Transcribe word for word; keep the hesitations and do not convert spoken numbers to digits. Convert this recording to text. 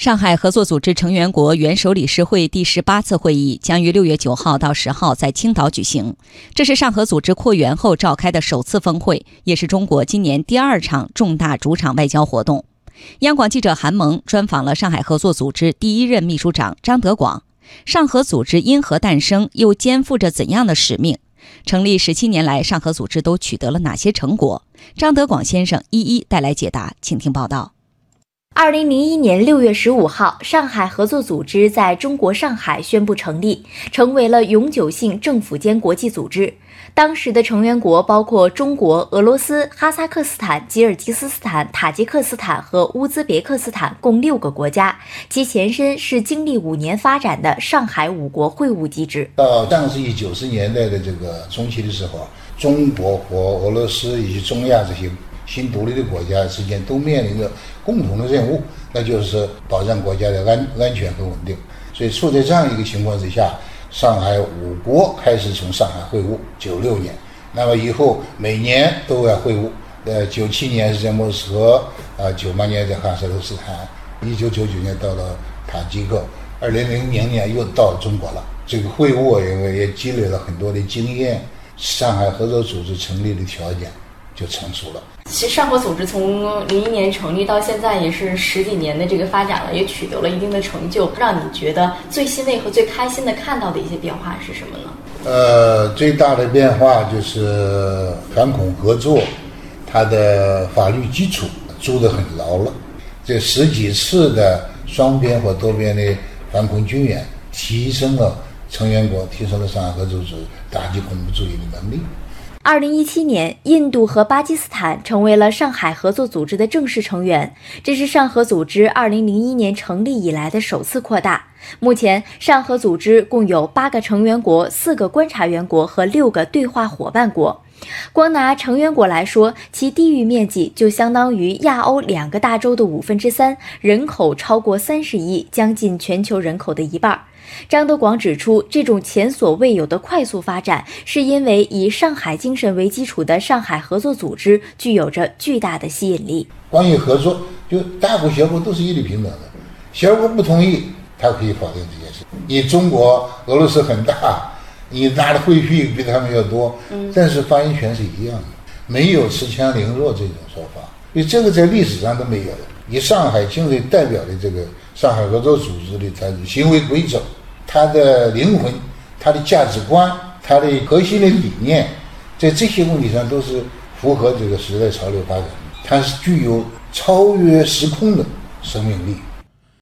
上海合作组织成员国元首理事会第十八次会议将于六月九号到十号在青岛举行，这是上合组织扩员后召开的首次峰会，也是中国今年第二场重大主场外交活动。央广记者韩萌专访了上海合作组织第一任秘书长张德广，上合组织因何诞生，又肩负着怎样的使命？成立十七年来，上合组织都取得了哪些成果？张德广先生一一带来解答，请听报道。 二零零一年六月十五号，上海合作组织在中国上海宣布成立，成为了永久性政府间国际组织。当时的成员国包括中国、俄罗斯、哈萨克斯坦、吉尔吉斯斯坦、塔吉克斯坦和乌兹别克斯坦共六个国家，其前身是经历五年发展的上海五国会晤机制。 到上世纪九十年代的这个中期的时候，中国和俄罗斯以及中亚这些新独立的国家之间都面临着共同的任务，那就是保障国家的安安全和稳定。所以处在这样一个情况之下，上海五国开始从上海会晤，九六年，那么以后每年都要会晤。呃，九七年是在莫斯科，啊，九八年在哈萨克斯坦，一九九九年到了塔吉克，二零零零年又到中国了。这个会晤因为也积累了很多的经验，上海合作组织成立的条件就成熟了。 其实上合组织从零一年成立到现在也是十几年的这个发展了，也取得了一定的成就。让你觉得最欣慰和最开心的看到的一些变化是什么呢？ 呃，最大的变化就是反恐合作，它的法律基础筑得很牢了。这十几次的双边或多边的反恐军演，提升了成员国，提升了上海合作组织打击恐怖主义的能力。 二零一七年，印度和巴基斯坦成为了上海合作组织的正式成员，这是上合组织二零零一年成立以来的首次扩大。目前，上合组织共有八个成员国、四个观察员国和六个对话伙伴国。光拿成员国来说，其地域面积就相当于亚欧两个大洲的五分之三，人口超过三十亿，将近全球人口的一半。张德广指出，这种前所未有的快速发展，是因为以上海精神为基础的上海合作组织具有着巨大的吸引力。 关于合作，就大国小国都是一律平等的，小国不同意，他可以否定这件事。你中国、俄罗斯很大，你拿的会费比他们要多，但是发言权是一样的，没有恃强凌弱这种说法，所以这个在历史上都没有的。以上海精神代表的这个上海合作组织的它的行为规则，它的灵魂，它的价值观，它的核心的理念，在这些问题上都是符合这个时代潮流发展的，它是具有超越时空的生命力。